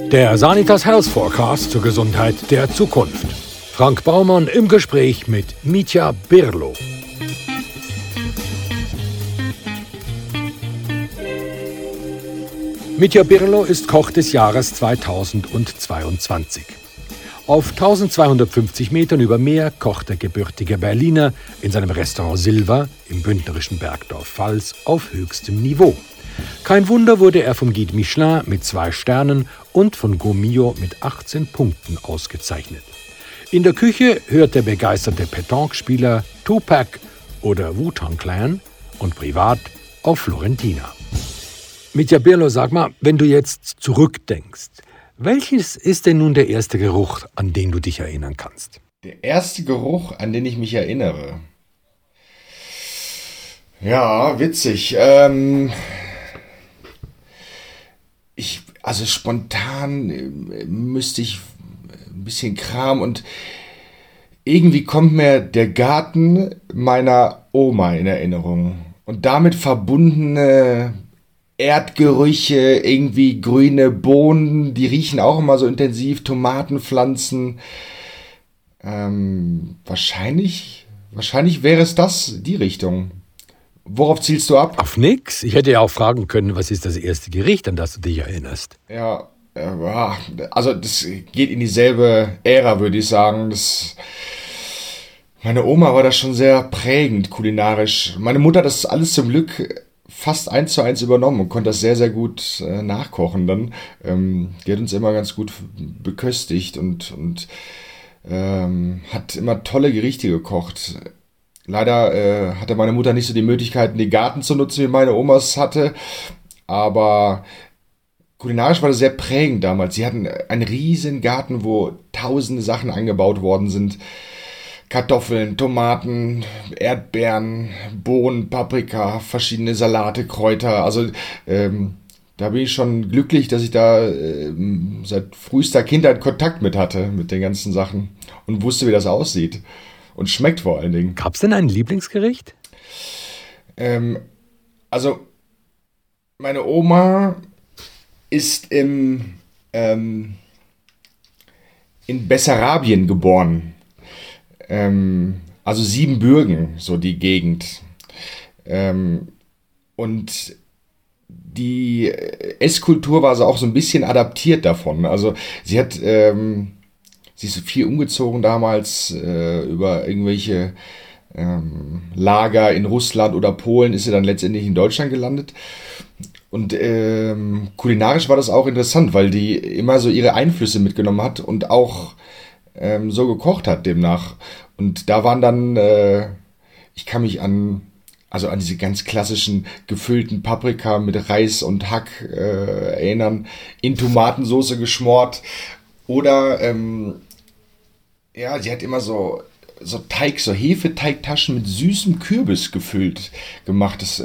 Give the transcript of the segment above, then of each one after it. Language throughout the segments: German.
Der Sanitas Health Forecast zur Gesundheit der Zukunft. Frank Baumann im Gespräch mit Mitja Birlo. Mitja Birlo ist Koch des Jahres 2022. Auf 1250 Metern über Meer kocht der gebürtige Berliner in seinem Restaurant Silva im bündnerischen Bergdorf Pfalz auf höchstem Niveau. Kein Wunder, wurde er vom Guide Michelin mit 2 Sternen und von Gomio mit 18 Punkten ausgezeichnet. In der Küche hört der begeisterte Pétanque-Spieler Tupac oder Wu-Tang Clan und privat auf Florentina. Mitja Birlo, sag mal, wenn du jetzt zurückdenkst, welches ist denn nun der erste Geruch, an den du dich erinnern kannst? Der erste Geruch, an den ich mich erinnere? Ja, witzig. Also spontan müsste ich ein bisschen Kram und irgendwie kommt mir der Garten meiner Oma in Erinnerung. Und damit verbundene Erdgerüche, irgendwie grüne Bohnen, die riechen auch immer so intensiv, Tomatenpflanzen. Wahrscheinlich wäre es das, die Richtung. Worauf zielst du ab? Auf nix. Ich hätte ja auch fragen können, was ist das erste Gericht, an das du dich erinnerst? Ja, also das geht in dieselbe Ära, würde ich sagen. Meine Oma war da schon sehr prägend kulinarisch. Meine Mutter hat das alles zum Glück fast 1:1 übernommen und konnte das sehr, sehr gut nachkochen dann. Die hat uns immer ganz gut beköstigt und hat immer tolle Gerichte gekocht. Leider hatte meine Mutter nicht so die Möglichkeiten, den Garten zu nutzen, wie meine Oma es hatte. Aber kulinarisch war das sehr prägend damals. Sie hatten einen riesen Garten, wo tausende Sachen angebaut worden sind. Kartoffeln, Tomaten, Erdbeeren, Bohnen, Paprika, verschiedene Salate, Kräuter. Also da bin ich schon glücklich, dass ich da seit frühester Kindheit Kontakt mit hatte, mit den ganzen Sachen. Und wusste, wie das aussieht. Und schmeckt vor allen Dingen. Gab's denn ein Lieblingsgericht? Also, meine Oma ist in Bessarabien geboren. Also Siebenbürgen, so die Gegend. Und die Esskultur war so auch so ein bisschen adaptiert davon. Also sie ist viel umgezogen damals, über irgendwelche Lager in Russland oder Polen ist sie dann letztendlich in Deutschland gelandet. Und kulinarisch war das auch interessant, weil die immer so ihre Einflüsse mitgenommen hat und auch so gekocht hat demnach. Und da waren dann, ich kann mich an diese ganz klassischen gefüllten Paprika mit Reis und Hack erinnern, in Tomatensauce geschmort. Oder sie hat immer so Teig, so Hefeteigtaschen mit süßem Kürbis gefüllt gemacht. Das,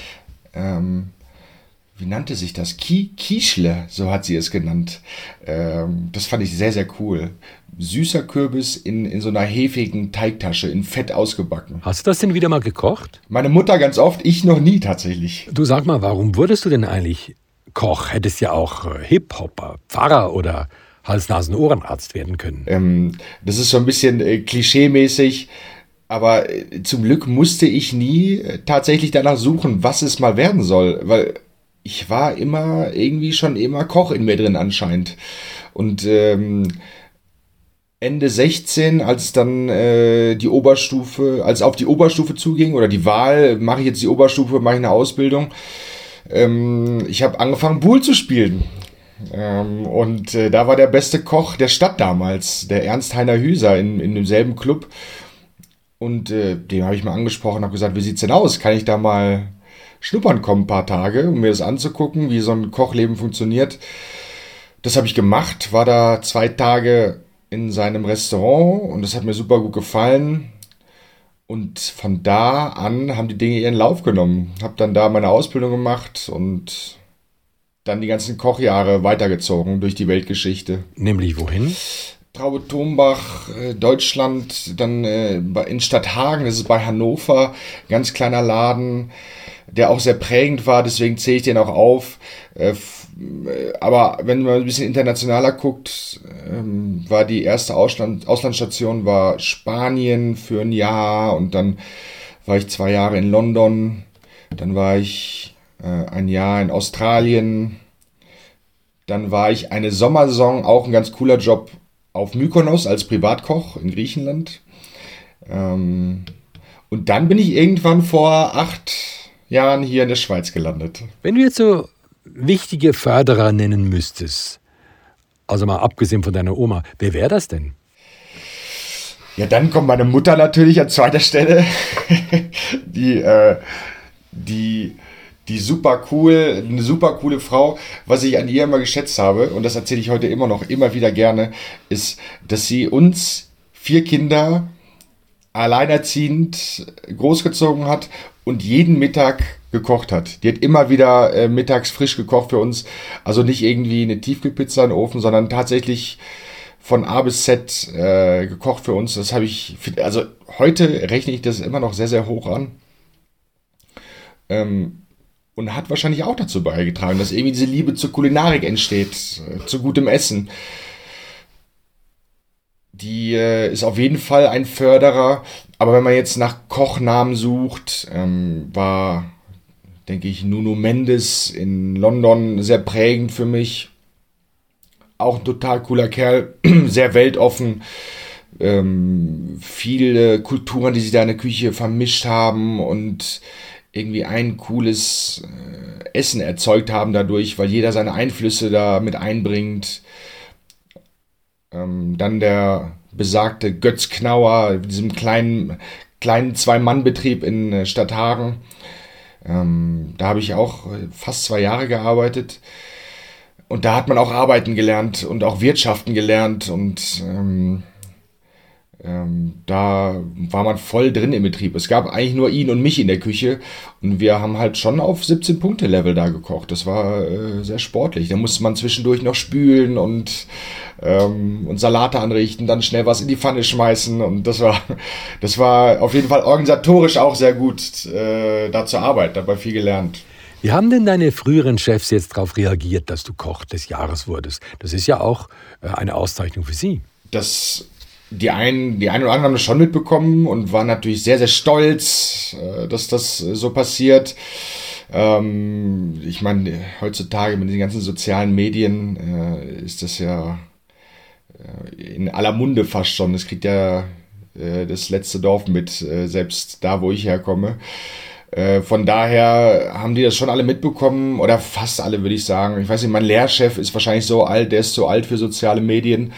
wie nannte sich das? Quiche, so hat sie es genannt. Das fand ich sehr, sehr cool. Süßer Kürbis in so einer hefigen Teigtasche, in Fett ausgebacken. Hast du das denn wieder mal gekocht? Meine Mutter ganz oft, ich noch nie tatsächlich. Du, sag mal, warum wurdest du denn eigentlich Koch? Hättest ja auch Hip-Hopper, Pfarrer oder Hals-Nasen-Ohrenarzt werden können. Das ist so ein bisschen klischee-mäßig, aber zum Glück musste ich nie tatsächlich danach suchen, was es mal werden soll, weil ich war immer Koch in mir drin anscheinend. Und Ende 16, als dann auf die Oberstufe zuging, oder die Wahl, mache ich jetzt die Oberstufe, mache ich eine Ausbildung, ich habe angefangen, Buhl zu spielen. Da war der beste Koch der Stadt damals, der Ernst Heiner Hüser in demselben Club. Und den habe ich mal angesprochen, habe gesagt, wie sieht's denn aus? Kann ich da mal schnuppern kommen, ein paar Tage, um mir das anzugucken, wie so ein Kochleben funktioniert? Das habe ich gemacht, war da 2 Tage in seinem Restaurant und das hat mir super gut gefallen. Und von da an haben die Dinge ihren Lauf genommen. Habe dann da meine Ausbildung gemacht und dann die ganzen Kochjahre weitergezogen durch die Weltgeschichte. Nämlich wohin? Traube-Tombach, Deutschland, dann in Stadthagen, das ist bei Hannover, ganz kleiner Laden, der auch sehr prägend war, deswegen zähle ich den auch auf. Aber wenn man ein bisschen internationaler guckt, war die erste Auslandsstation war Spanien für ein Jahr und dann war ich 2 Jahre in London, dann war ich ein Jahr in Australien, dann war ich eine Sommersaison, auch ein ganz cooler Job, auf Mykonos als Privatkoch in Griechenland. Und dann bin ich irgendwann vor 8 Jahren hier in der Schweiz gelandet. Wenn du jetzt so wichtige Förderer nennen müsstest, also mal abgesehen von deiner Oma, wer wäre das denn? Ja, dann kommt meine Mutter natürlich an zweiter Stelle, die super cool, eine super coole Frau. Was ich an ihr immer geschätzt habe, und das erzähle ich heute immer wieder gerne, ist, dass sie uns 4 Kinder alleinerziehend großgezogen hat und jeden Mittag gekocht hat. Die hat immer wieder mittags frisch gekocht für uns. Also nicht irgendwie eine Tiefkühlpizza in den Ofen, sondern tatsächlich von A bis Z gekocht für uns. Das habe ich, also heute rechne ich das immer noch sehr, sehr hoch an. Und hat wahrscheinlich auch dazu beigetragen, dass irgendwie diese Liebe zur Kulinarik entsteht, zu gutem Essen. Die ist auf jeden Fall ein Förderer, aber wenn man jetzt nach Kochnamen sucht, war, denke ich, Nuno Mendes in London sehr prägend für mich. Auch ein total cooler Kerl, sehr weltoffen. Viele Kulturen, die sich da in der Küche vermischt haben und irgendwie ein cooles Essen erzeugt haben dadurch, weil jeder seine Einflüsse da mit einbringt. Dann der besagte Götz Knauer, diesem kleinen 2-Mann-Betrieb in Stadthagen. Da habe ich auch fast 2 Jahre gearbeitet. Und da hat man auch arbeiten gelernt und auch wirtschaften gelernt und da war man voll drin im Betrieb. Es gab eigentlich nur ihn und mich in der Küche und wir haben halt schon auf 17-Punkte-Level da gekocht. Das war sehr sportlich. Da musste man zwischendurch noch spülen und Salate anrichten, dann schnell was in die Pfanne schmeißen und das war auf jeden Fall organisatorisch auch sehr gut, da zu arbeiten, dabei viel gelernt. Wie haben denn deine früheren Chefs jetzt darauf reagiert, dass du Koch des Jahres wurdest? Das ist ja auch eine Auszeichnung für sie. Die einen oder anderen haben das schon mitbekommen und waren natürlich sehr, sehr stolz, dass das so passiert. Ich meine, heutzutage mit den ganzen sozialen Medien ist das ja in aller Munde fast schon. Das kriegt ja das letzte Dorf mit, selbst da, wo ich herkomme. Von daher haben die das schon alle mitbekommen, oder fast alle, würde ich sagen. Ich weiß nicht, mein Lehrchef ist wahrscheinlich so alt, der ist so alt für soziale Medien.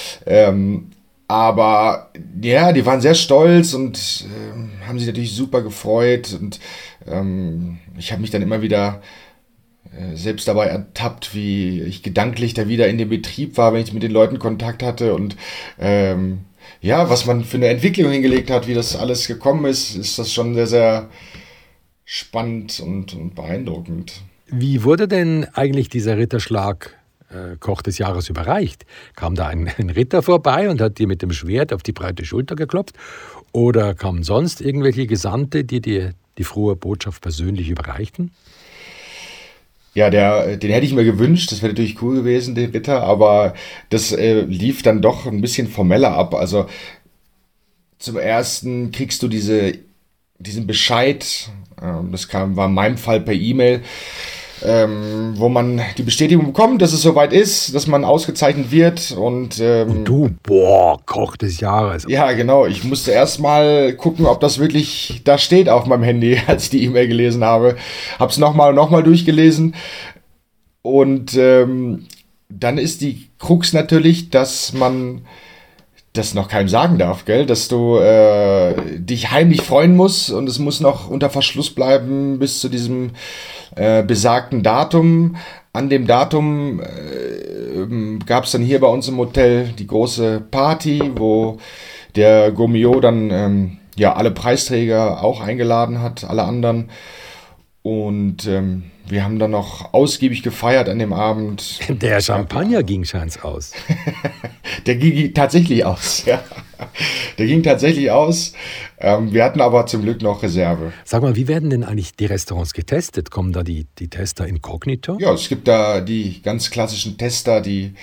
Aber ja, die waren sehr stolz und haben sich natürlich super gefreut. Und ich habe mich dann immer wieder selbst dabei ertappt, wie ich gedanklich da wieder in dem Betrieb war, wenn ich mit den Leuten Kontakt hatte. Und ja, was man für eine Entwicklung hingelegt hat, wie das alles gekommen ist das schon sehr, sehr spannend und beeindruckend. Wie wurde denn eigentlich dieser Ritterschlag Koch des Jahres überreicht? Kam da ein Ritter vorbei und hat dir mit dem Schwert auf die breite Schulter geklopft? Oder kamen sonst irgendwelche Gesandte, die dir die frohe Botschaft persönlich überreichten? Ja, den hätte ich mir gewünscht, das wäre natürlich cool gewesen, den Ritter, aber das lief dann doch ein bisschen formeller ab. Also zum ersten kriegst du diesen Bescheid, war in meinem Fall per E-Mail, wo man die Bestätigung bekommt, dass es soweit ist, dass man ausgezeichnet wird. Und du, Koch des Jahres. Ja, genau. Ich musste erst mal gucken, ob das wirklich da steht auf meinem Handy, als ich die E-Mail gelesen habe. Hab's nochmal durchgelesen. Und dann ist die Krux natürlich, dass man das noch keinem sagen darf, gell? Dass du dich heimlich freuen musst und es muss noch unter Verschluss bleiben bis zu diesem besagten Datum. An dem Datum gab es dann hier bei uns im Hotel die große Party, wo der Gourmillot dann alle Preisträger auch eingeladen hat, alle anderen. Und wir haben dann noch ausgiebig gefeiert an dem Abend. Der Champagner ging scheint's aus. Der ging tatsächlich aus, ja. Der ging tatsächlich aus. Wir hatten aber zum Glück noch Reserve. Sag mal, wie werden denn eigentlich die Restaurants getestet? Kommen da die Tester inkognito? Ja, es gibt da die ganz klassischen Tester,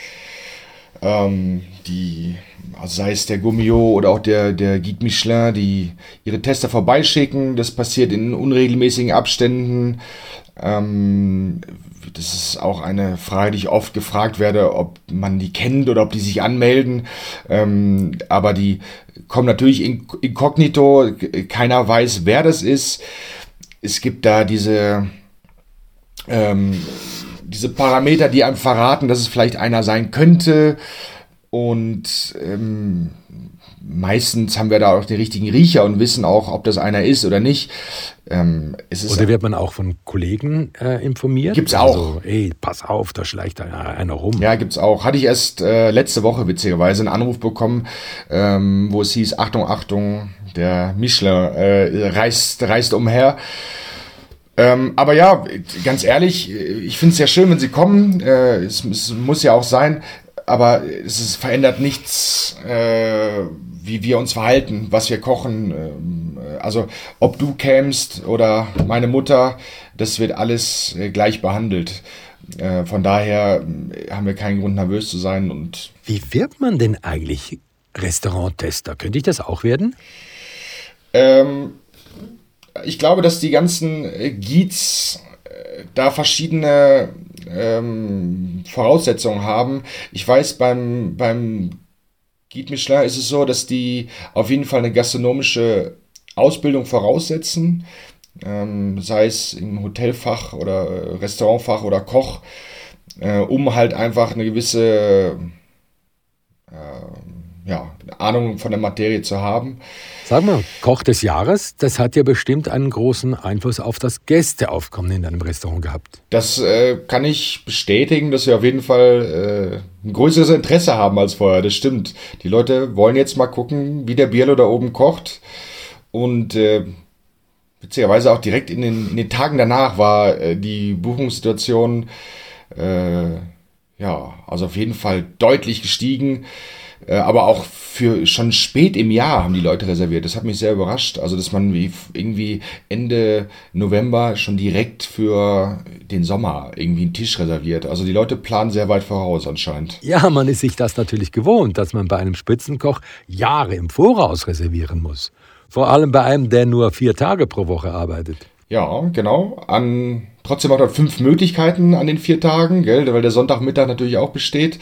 also sei es der Gummio oder auch der Guide Michelin, die ihre Tester vorbeischicken. Das passiert in unregelmäßigen Abständen. Das ist auch eine Frage, die ich oft gefragt werde, ob man die kennt oder ob die sich anmelden. Aber die kommen natürlich inkognito. Keiner weiß, wer das ist. Es gibt da diese Parameter, die einem verraten, dass es vielleicht einer sein könnte. Und meistens haben wir da auch den richtigen Riecher und wissen auch, ob das einer ist oder nicht. Oder wird man auch von Kollegen informiert? Gibt's auch. Also, ey, pass auf, da schleicht einer rum. Ja, gibt's auch. Hatte ich erst letzte Woche witzigerweise einen Anruf bekommen, wo es hieß, Achtung, Achtung, der Michelin reist umher. Aber ja, ganz ehrlich, ich finde es sehr schön, wenn sie kommen. Es muss ja auch sein, aber es verändert nichts, wie wir uns verhalten, was wir kochen. Also ob du kämst oder meine Mutter, das wird alles gleich behandelt. Von daher haben wir keinen Grund, nervös zu sein. Und wie wird man denn eigentlich Restauranttester? Könnte ich das auch werden? Ich glaube, dass die ganzen Guides da verschiedene Voraussetzungen haben. Ich weiß, beim Guide Michelin ist es so, dass die auf jeden Fall eine gastronomische Ausbildung voraussetzen, sei es im Hotelfach oder Restaurantfach oder Koch, um halt einfach eine gewisse Ahnung von der Materie zu haben. Sag mal, Koch des Jahres, das hat ja bestimmt einen großen Einfluss auf das Gästeaufkommen in deinem Restaurant gehabt. Das kann ich bestätigen, dass wir auf jeden Fall ein größeres Interesse haben als vorher. Das stimmt. Die Leute wollen jetzt mal gucken, wie der Bierlo da oben kocht. Und witzigerweise auch direkt in den Tagen danach war die Buchungssituation also auf jeden Fall deutlich gestiegen. Aber auch für schon spät im Jahr haben die Leute reserviert. Das hat mich sehr überrascht. Also, dass man irgendwie Ende November schon direkt für den Sommer irgendwie einen Tisch reserviert. Also, die Leute planen sehr weit voraus anscheinend. Ja, man ist sich das natürlich gewohnt, dass man bei einem Spitzenkoch Jahre im Voraus reservieren muss. Vor allem bei einem, der nur 4 Tage pro Woche arbeitet. Ja, genau. Trotzdem hat er 5 Möglichkeiten an den 4 Tagen, gell? Weil der Sonntagmittag natürlich auch besteht.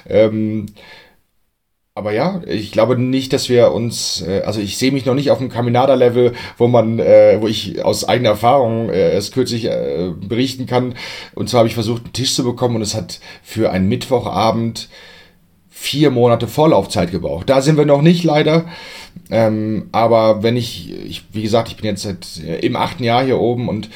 Aber ja, ich glaube nicht, dass wir uns, also ich sehe mich noch nicht auf dem Caminada-Level, wo ich aus eigener Erfahrung erst kürzlich berichten kann. Und zwar habe ich versucht, einen Tisch zu bekommen und es hat für einen Mittwochabend 4 Monate Vorlaufzeit gebraucht. Da sind wir noch nicht, leider. Aber wenn wie gesagt, ich bin jetzt im 8. Jahr hier oben und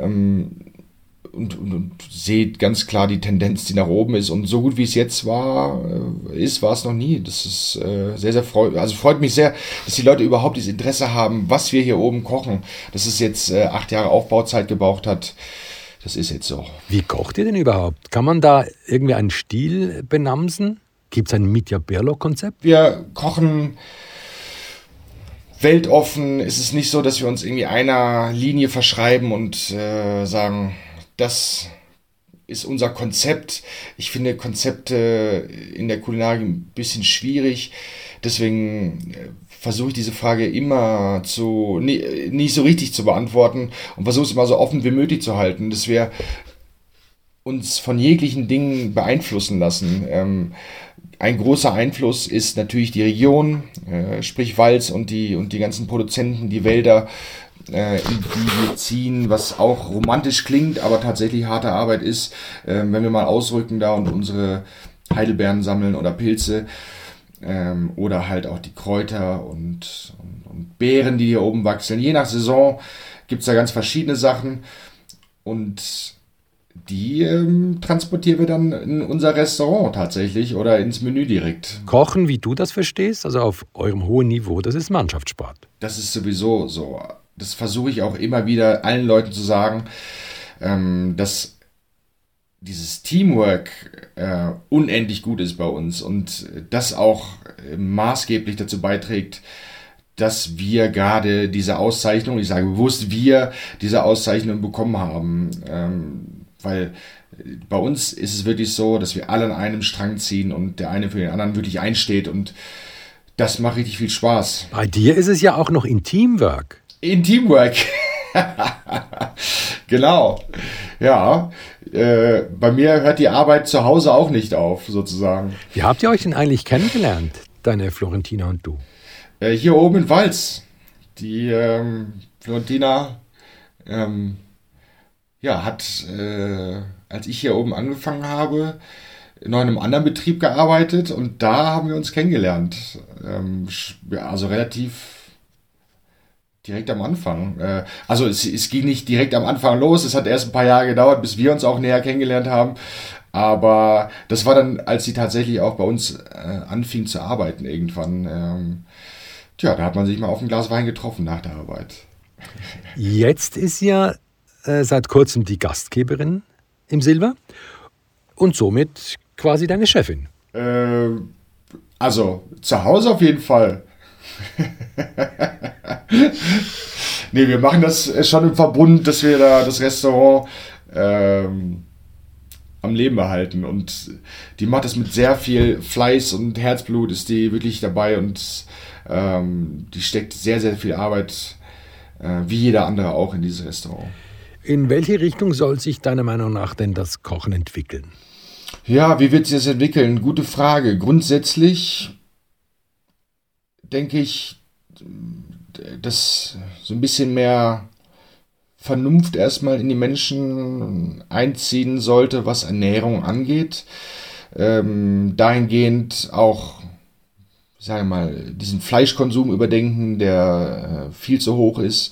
sehe ganz klar die Tendenz, die nach oben ist. Und so gut wie es jetzt war es noch nie. Das ist sehr, sehr freut mich sehr, dass die Leute überhaupt dieses Interesse haben, was wir hier oben kochen. Dass es jetzt 8 Jahre Aufbauzeit gebraucht hat. Das ist jetzt so. Wie kocht ihr denn überhaupt? Kann man da irgendwie einen Stil benamsen? Gibt es ein Mitja Bierlo-Konzept? Wir kochen weltoffen. Es ist nicht so, dass wir uns irgendwie einer Linie verschreiben und sagen, das ist unser Konzept. Ich finde Konzepte in der Kulinarik ein bisschen schwierig. Deswegen versuche ich diese Frage immer nicht so richtig zu beantworten und versuche es immer so offen wie möglich zu halten, dass wir uns von jeglichen Dingen beeinflussen lassen. Ein großer Einfluss ist natürlich die Region, sprich Walz und die ganzen Produzenten, die Wälder, in die wir ziehen, was auch romantisch klingt, aber tatsächlich harte Arbeit ist, wenn wir mal ausrücken da und unsere Heidelbeeren sammeln oder Pilze oder halt auch die Kräuter und Beeren, die hier oben wachsen. Je nach Saison gibt es da ganz verschiedene Sachen und die transportieren wir dann in unser Restaurant tatsächlich oder ins Menü direkt. Kochen, wie du das verstehst, also auf eurem hohen Niveau, das ist Mannschaftssport. Das ist sowieso so. Das versuche ich auch immer wieder allen Leuten zu sagen, dass dieses Teamwork unendlich gut ist bei uns und das auch maßgeblich dazu beiträgt, dass wir gerade diese Auszeichnung, ich sage bewusst wir, diese Auszeichnung bekommen haben. Weil bei uns ist es wirklich so, dass wir alle an einem Strang ziehen und der eine für den anderen wirklich einsteht und das macht richtig viel Spaß. Bei dir ist es ja auch noch in Teamwork. In Teamwork. Genau. Ja, bei mir hört die Arbeit zu Hause auch nicht auf, sozusagen. Wie habt ihr euch denn eigentlich kennengelernt, deine Florentina und du? Hier oben in Vals. Die Florentina hat, als ich hier oben angefangen habe, noch in einem anderen Betrieb gearbeitet und da haben wir uns kennengelernt. Also relativ direkt am Anfang. Also es ging nicht direkt am Anfang los, es hat erst ein paar Jahre gedauert, bis wir uns auch näher kennengelernt haben. Aber das war dann, als sie tatsächlich auch bei uns anfing zu arbeiten irgendwann. Da hat man sich mal auf ein Glas Wein getroffen nach der Arbeit. Jetzt ist ja seit kurzem die Gastgeberin im Silber und somit quasi deine Chefin. Also zu Hause auf jeden Fall. Nee, wir machen das schon im Verbund, dass wir da das Restaurant am Leben behalten und die macht das mit sehr viel Fleiß und Herzblut, ist die wirklich dabei und die steckt sehr, sehr viel Arbeit, wie jeder andere auch, in dieses Restaurant. In welche Richtung soll sich deiner Meinung nach denn das Kochen entwickeln? Ja, wie wird sich das entwickeln? Gute Frage. Grundsätzlich denke ich, dass so ein bisschen mehr Vernunft erstmal in die Menschen einziehen sollte, was Ernährung angeht. Dahingehend auch, sagen wir mal, diesen Fleischkonsum überdenken, der viel zu hoch ist.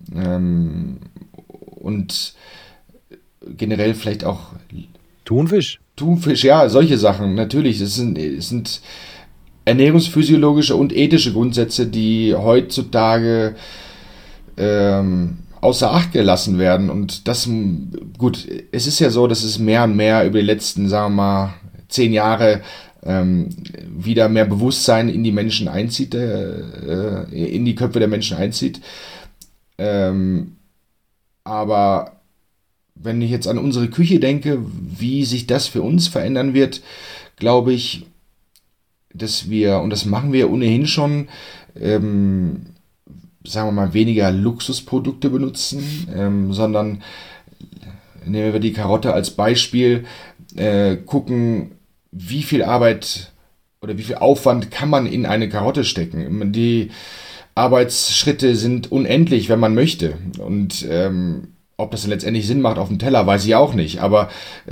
Und generell vielleicht auch Thunfisch, ja, solche Sachen, natürlich. Es sind ernährungsphysiologische und ethische Grundsätze, die heutzutage außer Acht gelassen werden. Und das, gut, es ist ja so, dass es mehr und mehr über die letzten, sagen wir mal, 10 Jahre wieder mehr Bewusstsein in die Menschen einzieht, in die Köpfe der Menschen einzieht. Aber wenn ich jetzt an unsere Küche denke, wie sich das für uns verändern wird, glaube ich, dass wir, und das machen wir ohnehin schon, sagen wir mal, weniger Luxusprodukte benutzen, sondern nehmen wir die Karotte als Beispiel, gucken, wie viel Arbeit oder wie viel Aufwand kann man in eine Karotte stecken. Die Arbeitsschritte sind unendlich, wenn man möchte. Und ob das dann letztendlich Sinn macht auf dem Teller, weiß ich auch nicht. Aber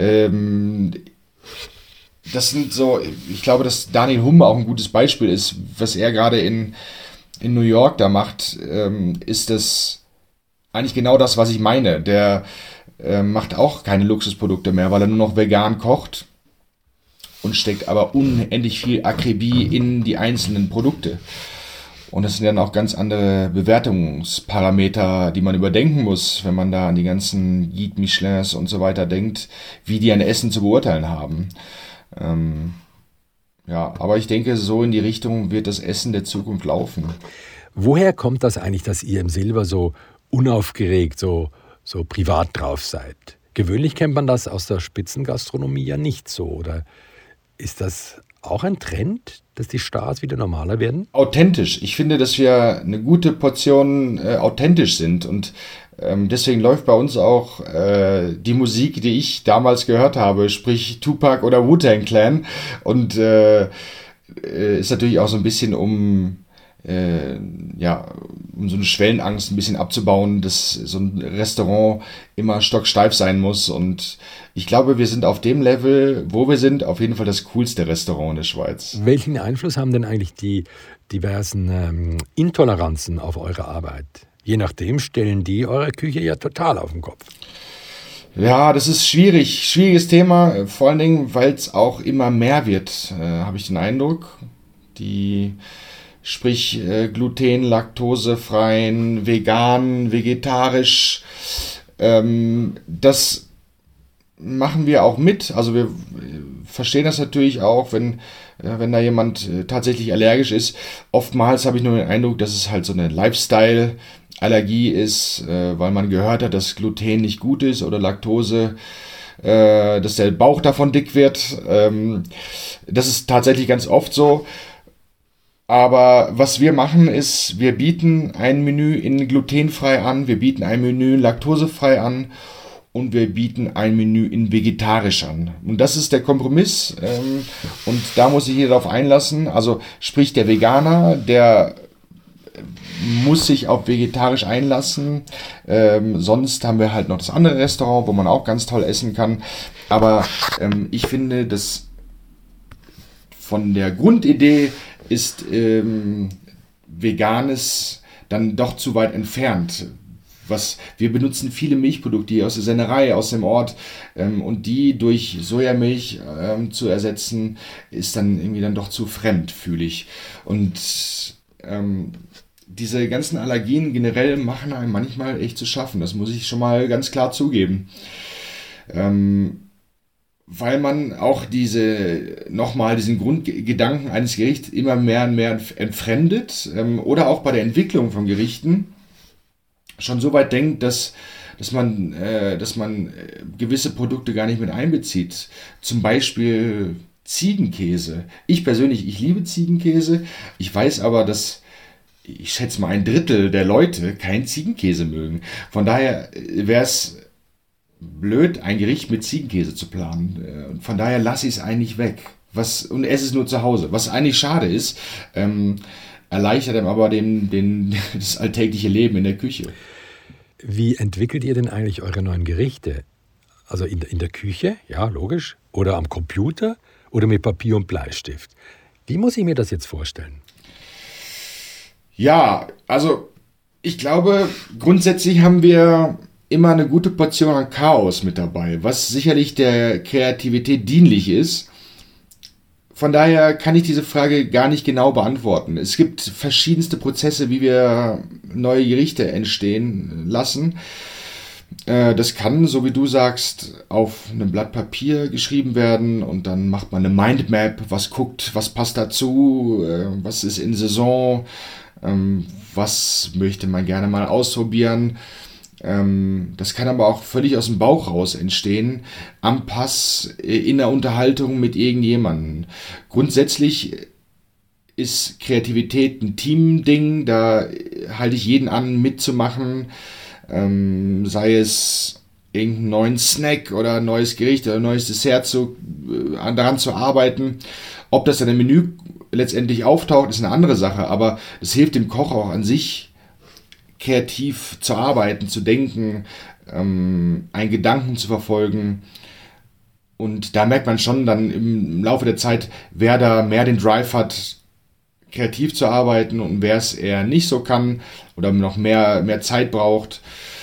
das sind so, ich glaube, dass Daniel Humm auch ein gutes Beispiel ist, was er gerade in New York da macht, ist das eigentlich genau das, was ich meine. Der macht auch keine Luxusprodukte mehr, weil er nur noch vegan kocht und steckt aber unendlich viel Akribie in die einzelnen Produkte. Und das sind dann auch ganz andere Bewertungsparameter, die man überdenken muss, wenn man da an die ganzen Guide Michelins und so weiter denkt, wie die ein Essen zu beurteilen haben. Aber ich denke, so in die Richtung wird das Essen der Zukunft laufen. Woher kommt das eigentlich, dass ihr im Silber so unaufgeregt, so privat drauf seid? Gewöhnlich kennt man das aus der Spitzengastronomie ja nicht so. Oder ist das auch ein Trend, dass die Stars wieder normaler werden? Authentisch. Ich finde, dass wir eine gute Portion authentisch sind und deswegen läuft bei uns auch die Musik, die ich damals gehört habe, sprich Tupac oder Wu-Tang Clan und ist natürlich auch so ein bisschen um so eine Schwellenangst ein bisschen abzubauen, dass so ein Restaurant immer stocksteif sein muss und ich glaube, wir sind auf dem Level, wo wir sind, auf jeden Fall das coolste Restaurant in der Schweiz. Welchen Einfluss haben denn eigentlich die diversen Intoleranzen auf eure Arbeit? Je nachdem stellen die eure Küche ja total auf den Kopf. Ja, das ist schwieriges Thema, vor allen Dingen, weil es auch immer mehr wird, habe ich den Eindruck. Sprich Gluten, laktosefreien, vegan, vegetarisch, das machen wir auch mit. Also wir verstehen das natürlich auch, wenn da jemand tatsächlich allergisch ist. Oftmals habe ich nur den Eindruck, dass es halt so eine Lifestyle-Allergie ist, weil man gehört hat, dass Gluten nicht gut ist oder Laktose, dass der Bauch davon dick wird. Das ist tatsächlich ganz oft so. Aber was wir machen ist, wir bieten ein Menü in glutenfrei an, wir bieten ein Menü in laktosefrei an und wir bieten ein Menü in vegetarisch an. Und das ist der Kompromiss. Und da muss sich jeder darauf einlassen. Also sprich der Veganer, der muss sich auf vegetarisch einlassen. Sonst haben wir halt noch das andere Restaurant, wo man auch ganz toll essen kann. Aber ich finde, dass von der Grundidee ist Veganes dann doch zu weit entfernt. Wir benutzen viele Milchprodukte hier aus der Sennerei, aus dem Ort, und die durch Sojamilch zu ersetzen, ist dann irgendwie dann doch zu fremd, fühle ich. Und diese ganzen Allergien generell machen einem manchmal echt zu schaffen. Das muss ich schon mal ganz klar zugeben. Weil man auch diesen Grundgedanken eines Gerichts immer mehr und mehr entfremdet, oder auch bei der Entwicklung von Gerichten schon so weit denkt, dass man gewisse Produkte gar nicht mit einbezieht. Zum Beispiel Ziegenkäse. Ich persönlich, ich liebe Ziegenkäse. Ich weiß aber, dass ich schätze mal 1/3 der Leute keinen Ziegenkäse mögen. Von daher wäre es blöd, ein Gericht mit Ziegenkäse zu planen. Und von daher lasse ich es eigentlich weg. Und esse es nur zu Hause. Was eigentlich schade ist, erleichtert einem aber das alltägliche Leben in der Küche. Wie entwickelt ihr denn eigentlich eure neuen Gerichte? Also in der Küche, ja, logisch, oder am Computer oder mit Papier und Bleistift? Wie muss ich mir das jetzt vorstellen? Ja, also ich glaube, grundsätzlich haben wir immer eine gute Portion an Chaos mit dabei, was sicherlich der Kreativität dienlich ist. Von daher kann ich diese Frage gar nicht genau beantworten. Es gibt verschiedenste Prozesse, wie wir neue Gerichte entstehen lassen. Das kann, so wie du sagst, auf einem Blatt Papier geschrieben werden und dann macht man eine Mindmap, was passt dazu, was ist in Saison, was möchte man gerne mal ausprobieren. Das kann aber auch völlig aus dem Bauch raus entstehen, am Pass, in der Unterhaltung mit irgendjemandem. Grundsätzlich ist Kreativität ein Teamding, da halte ich jeden an, mitzumachen, sei es irgendeinen neuen Snack oder ein neues Gericht oder ein neues Dessert daran zu arbeiten. Ob das dann im Menü letztendlich auftaucht, ist eine andere Sache, aber es hilft dem Koch auch an sich, kreativ zu arbeiten, zu denken, einen Gedanken zu verfolgen. Und da merkt man schon dann im Laufe der Zeit, wer da mehr den Drive hat, kreativ zu arbeiten und wer es eher nicht so kann oder noch mehr Zeit braucht.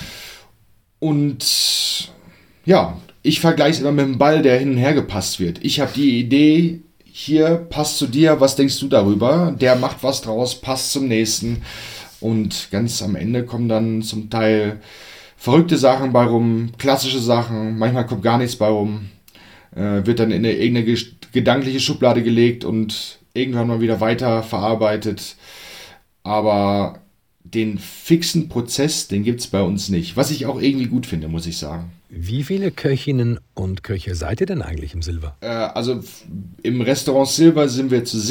Und ja, ich vergleiche es immer mit dem Ball, der hin und her gepasst wird. Ich habe die Idee, hier passt zu dir, was denkst du darüber? Der macht was draus, passt zum nächsten. Und ganz am Ende kommen dann zum Teil verrückte Sachen bei rum, klassische Sachen, manchmal kommt gar nichts bei rum, wird dann in irgendeine gedankliche Schublade gelegt und irgendwann mal wieder weiter verarbeitet. Aber den fixen Prozess, den gibt es bei uns nicht, was ich auch irgendwie gut finde, muss ich sagen. Wie viele Köchinnen und Köche seid ihr denn eigentlich im Silver? Also im Restaurant Silver sind wir zu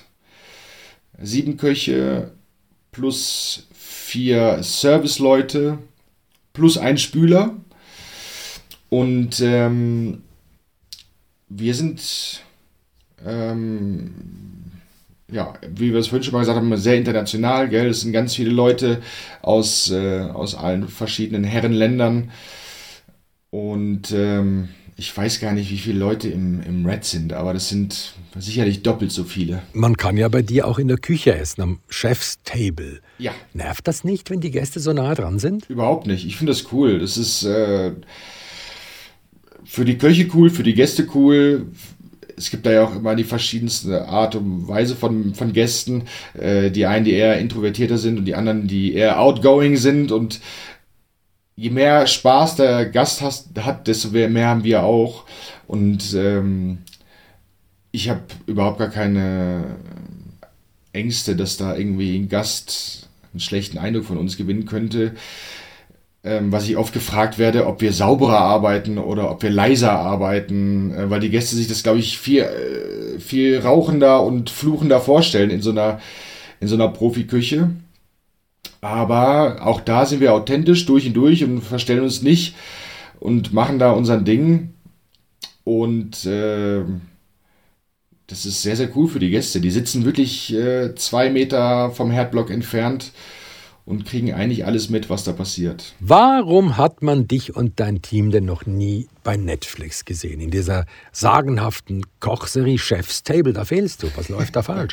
7 Köche, plus 4 Serviceleute, plus ein Spüler. Und wir sind, wie wir es vorhin schon mal gesagt haben, sehr international. Gell? Es sind ganz viele Leute aus allen verschiedenen Herrenländern. Und ich weiß gar nicht, wie viele Leute im Red sind, aber das sind sicherlich doppelt so viele. Man kann ja bei dir auch in der Küche essen, am Chef's Table. Ja. Nervt das nicht, wenn die Gäste so nah dran sind? Überhaupt nicht. Ich finde das cool. Das ist für die Köche cool, für die Gäste cool. Es gibt da ja auch immer die verschiedenste Art und Weise von Gästen. Die einen, die eher introvertierter sind und die anderen, die eher outgoing sind. Und je mehr Spaß der Gast hat, desto mehr haben wir auch. Und ich habe überhaupt gar keine Ängste, dass da irgendwie ein Gast einen schlechten Eindruck von uns gewinnen könnte. Was ich oft gefragt werde, ob wir sauberer arbeiten oder ob wir leiser arbeiten, weil die Gäste sich das, glaube ich, viel rauchender und fluchender vorstellen in so einer Profiküche. Aber auch da sind wir authentisch durch und durch und verstellen uns nicht und machen da unser Ding. Und das ist sehr, sehr cool für die Gäste. Die sitzen wirklich 2 Meter vom Herdblock entfernt und kriegen eigentlich alles mit, was da passiert. Warum hat man dich und dein Team denn noch nie bei Netflix gesehen? In dieser sagenhaften Kochserie Chef's Table, da fehlst du. Was läuft da falsch?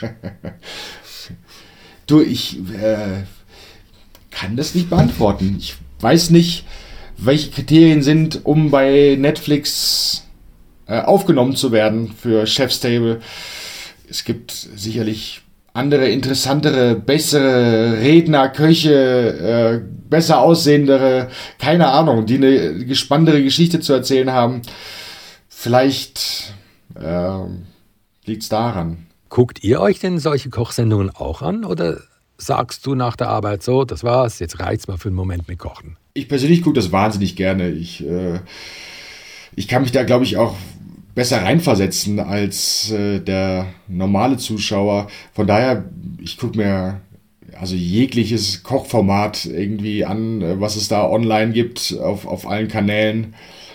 Du, ich kann das nicht beantworten. Ich weiß nicht, welche Kriterien sind, um bei Netflix aufgenommen zu werden für Chef's Table. Es gibt sicherlich andere, interessantere, bessere Redner, Köche, besser aussehendere, keine Ahnung, die eine spannendere Geschichte zu erzählen haben. Vielleicht liegt es daran. Guckt ihr euch denn solche Kochsendungen auch an oder sagst du nach der Arbeit so, das war's, jetzt reicht's mal für einen Moment mit Kochen? Ich persönlich gucke das wahnsinnig gerne. Ich kann mich da, glaube ich, auch besser reinversetzen als der normale Zuschauer. Von daher, ich gucke mir also jegliches Kochformat irgendwie an, was es da online gibt, auf allen Kanälen.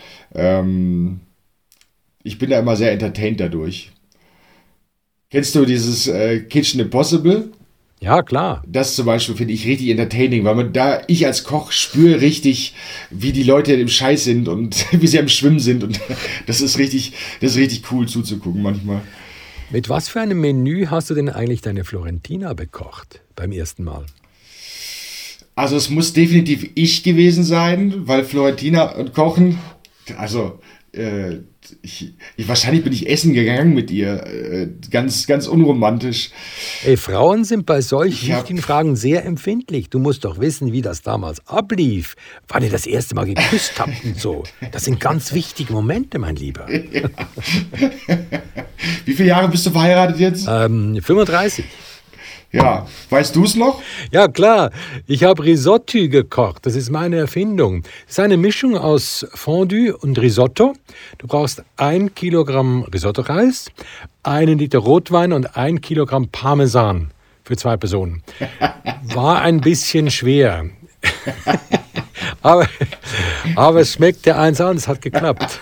Ich bin da immer sehr entertained dadurch. Kennst du dieses Kitchen Impossible? Ja, klar. Das zum Beispiel finde ich richtig entertaining, weil ich als Koch spüre richtig, wie die Leute im Scheiß sind und wie sie am Schwimmen sind. Und das ist richtig cool zuzugucken manchmal. Mit was für einem Menü hast du denn eigentlich deine Florentina bekocht beim ersten Mal? Also es muss definitiv ich gewesen sein, weil Florentina und Kochen, also wahrscheinlich bin ich essen gegangen mit ihr, ganz, ganz unromantisch. Ey, Frauen sind bei solch wichtigen Fragen sehr empfindlich. Du musst doch wissen, wie das damals ablief, wann ihr das erste Mal geküsst habt und so. Das sind ganz wichtige Momente, mein Lieber. Ja. Wie viele Jahre bist du verheiratet jetzt? 35. Ja, weißt du es noch? Ja, klar. Ich habe Risotto gekocht. Das ist meine Erfindung. Das ist eine Mischung aus Fondue und Risotto. Du brauchst 1 Kilogramm Risotto-Reis, 1 Liter Rotwein und 1 Kilogramm Parmesan für 2 Personen. War ein bisschen schwer. aber es schmeckte eins an, es hat geklappt.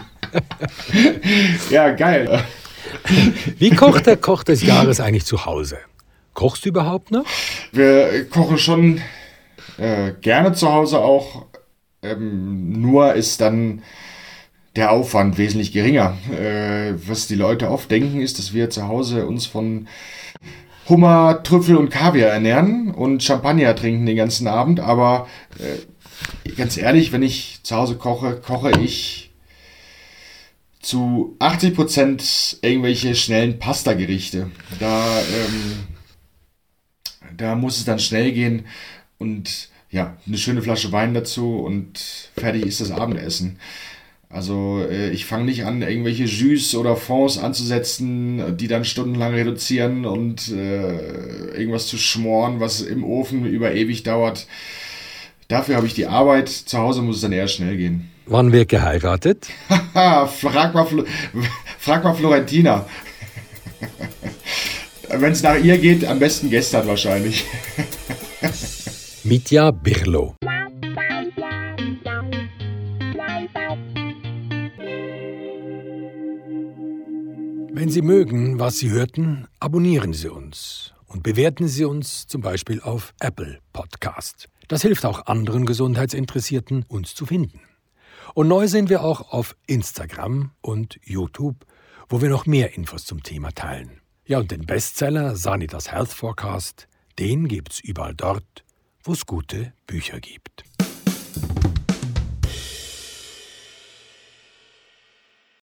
Ja, geil. Wie kocht der Koch des Jahres eigentlich zu Hause? Kochst du überhaupt noch? Wir kochen schon gerne zu Hause auch. Nur ist dann der Aufwand wesentlich geringer. Was die Leute oft denken, ist, dass wir zu Hause uns von Hummer, Trüffel und Kaviar ernähren und Champagner trinken den ganzen Abend. Aber ganz ehrlich, wenn ich zu Hause koche, koche ich zu 80% irgendwelche schnellen Pasta-Gerichte. Da muss es dann schnell gehen und ja, eine schöne Flasche Wein dazu und fertig ist das Abendessen. Also ich fange nicht an, irgendwelche Jus oder Fonds anzusetzen, die dann stundenlang reduzieren und irgendwas zu schmoren, was im Ofen über ewig dauert. Dafür habe ich die Arbeit. Zu Hause muss es dann eher schnell gehen. Wann wird geheiratet? Frag mal Florentina. Wenn es nach ihr geht, am besten gestern wahrscheinlich. Mitja Birlo. Wenn Sie mögen, was Sie hörten, abonnieren Sie uns und bewerten Sie uns zum Beispiel auf Apple Podcast. Das hilft auch anderen Gesundheitsinteressierten, uns zu finden. Und neu sind wir auch auf Instagram und YouTube, wo wir noch mehr Infos zum Thema teilen. Ja, und den Bestseller Sanitas Health Forecast, den gibt's überall dort, wo es gute Bücher gibt.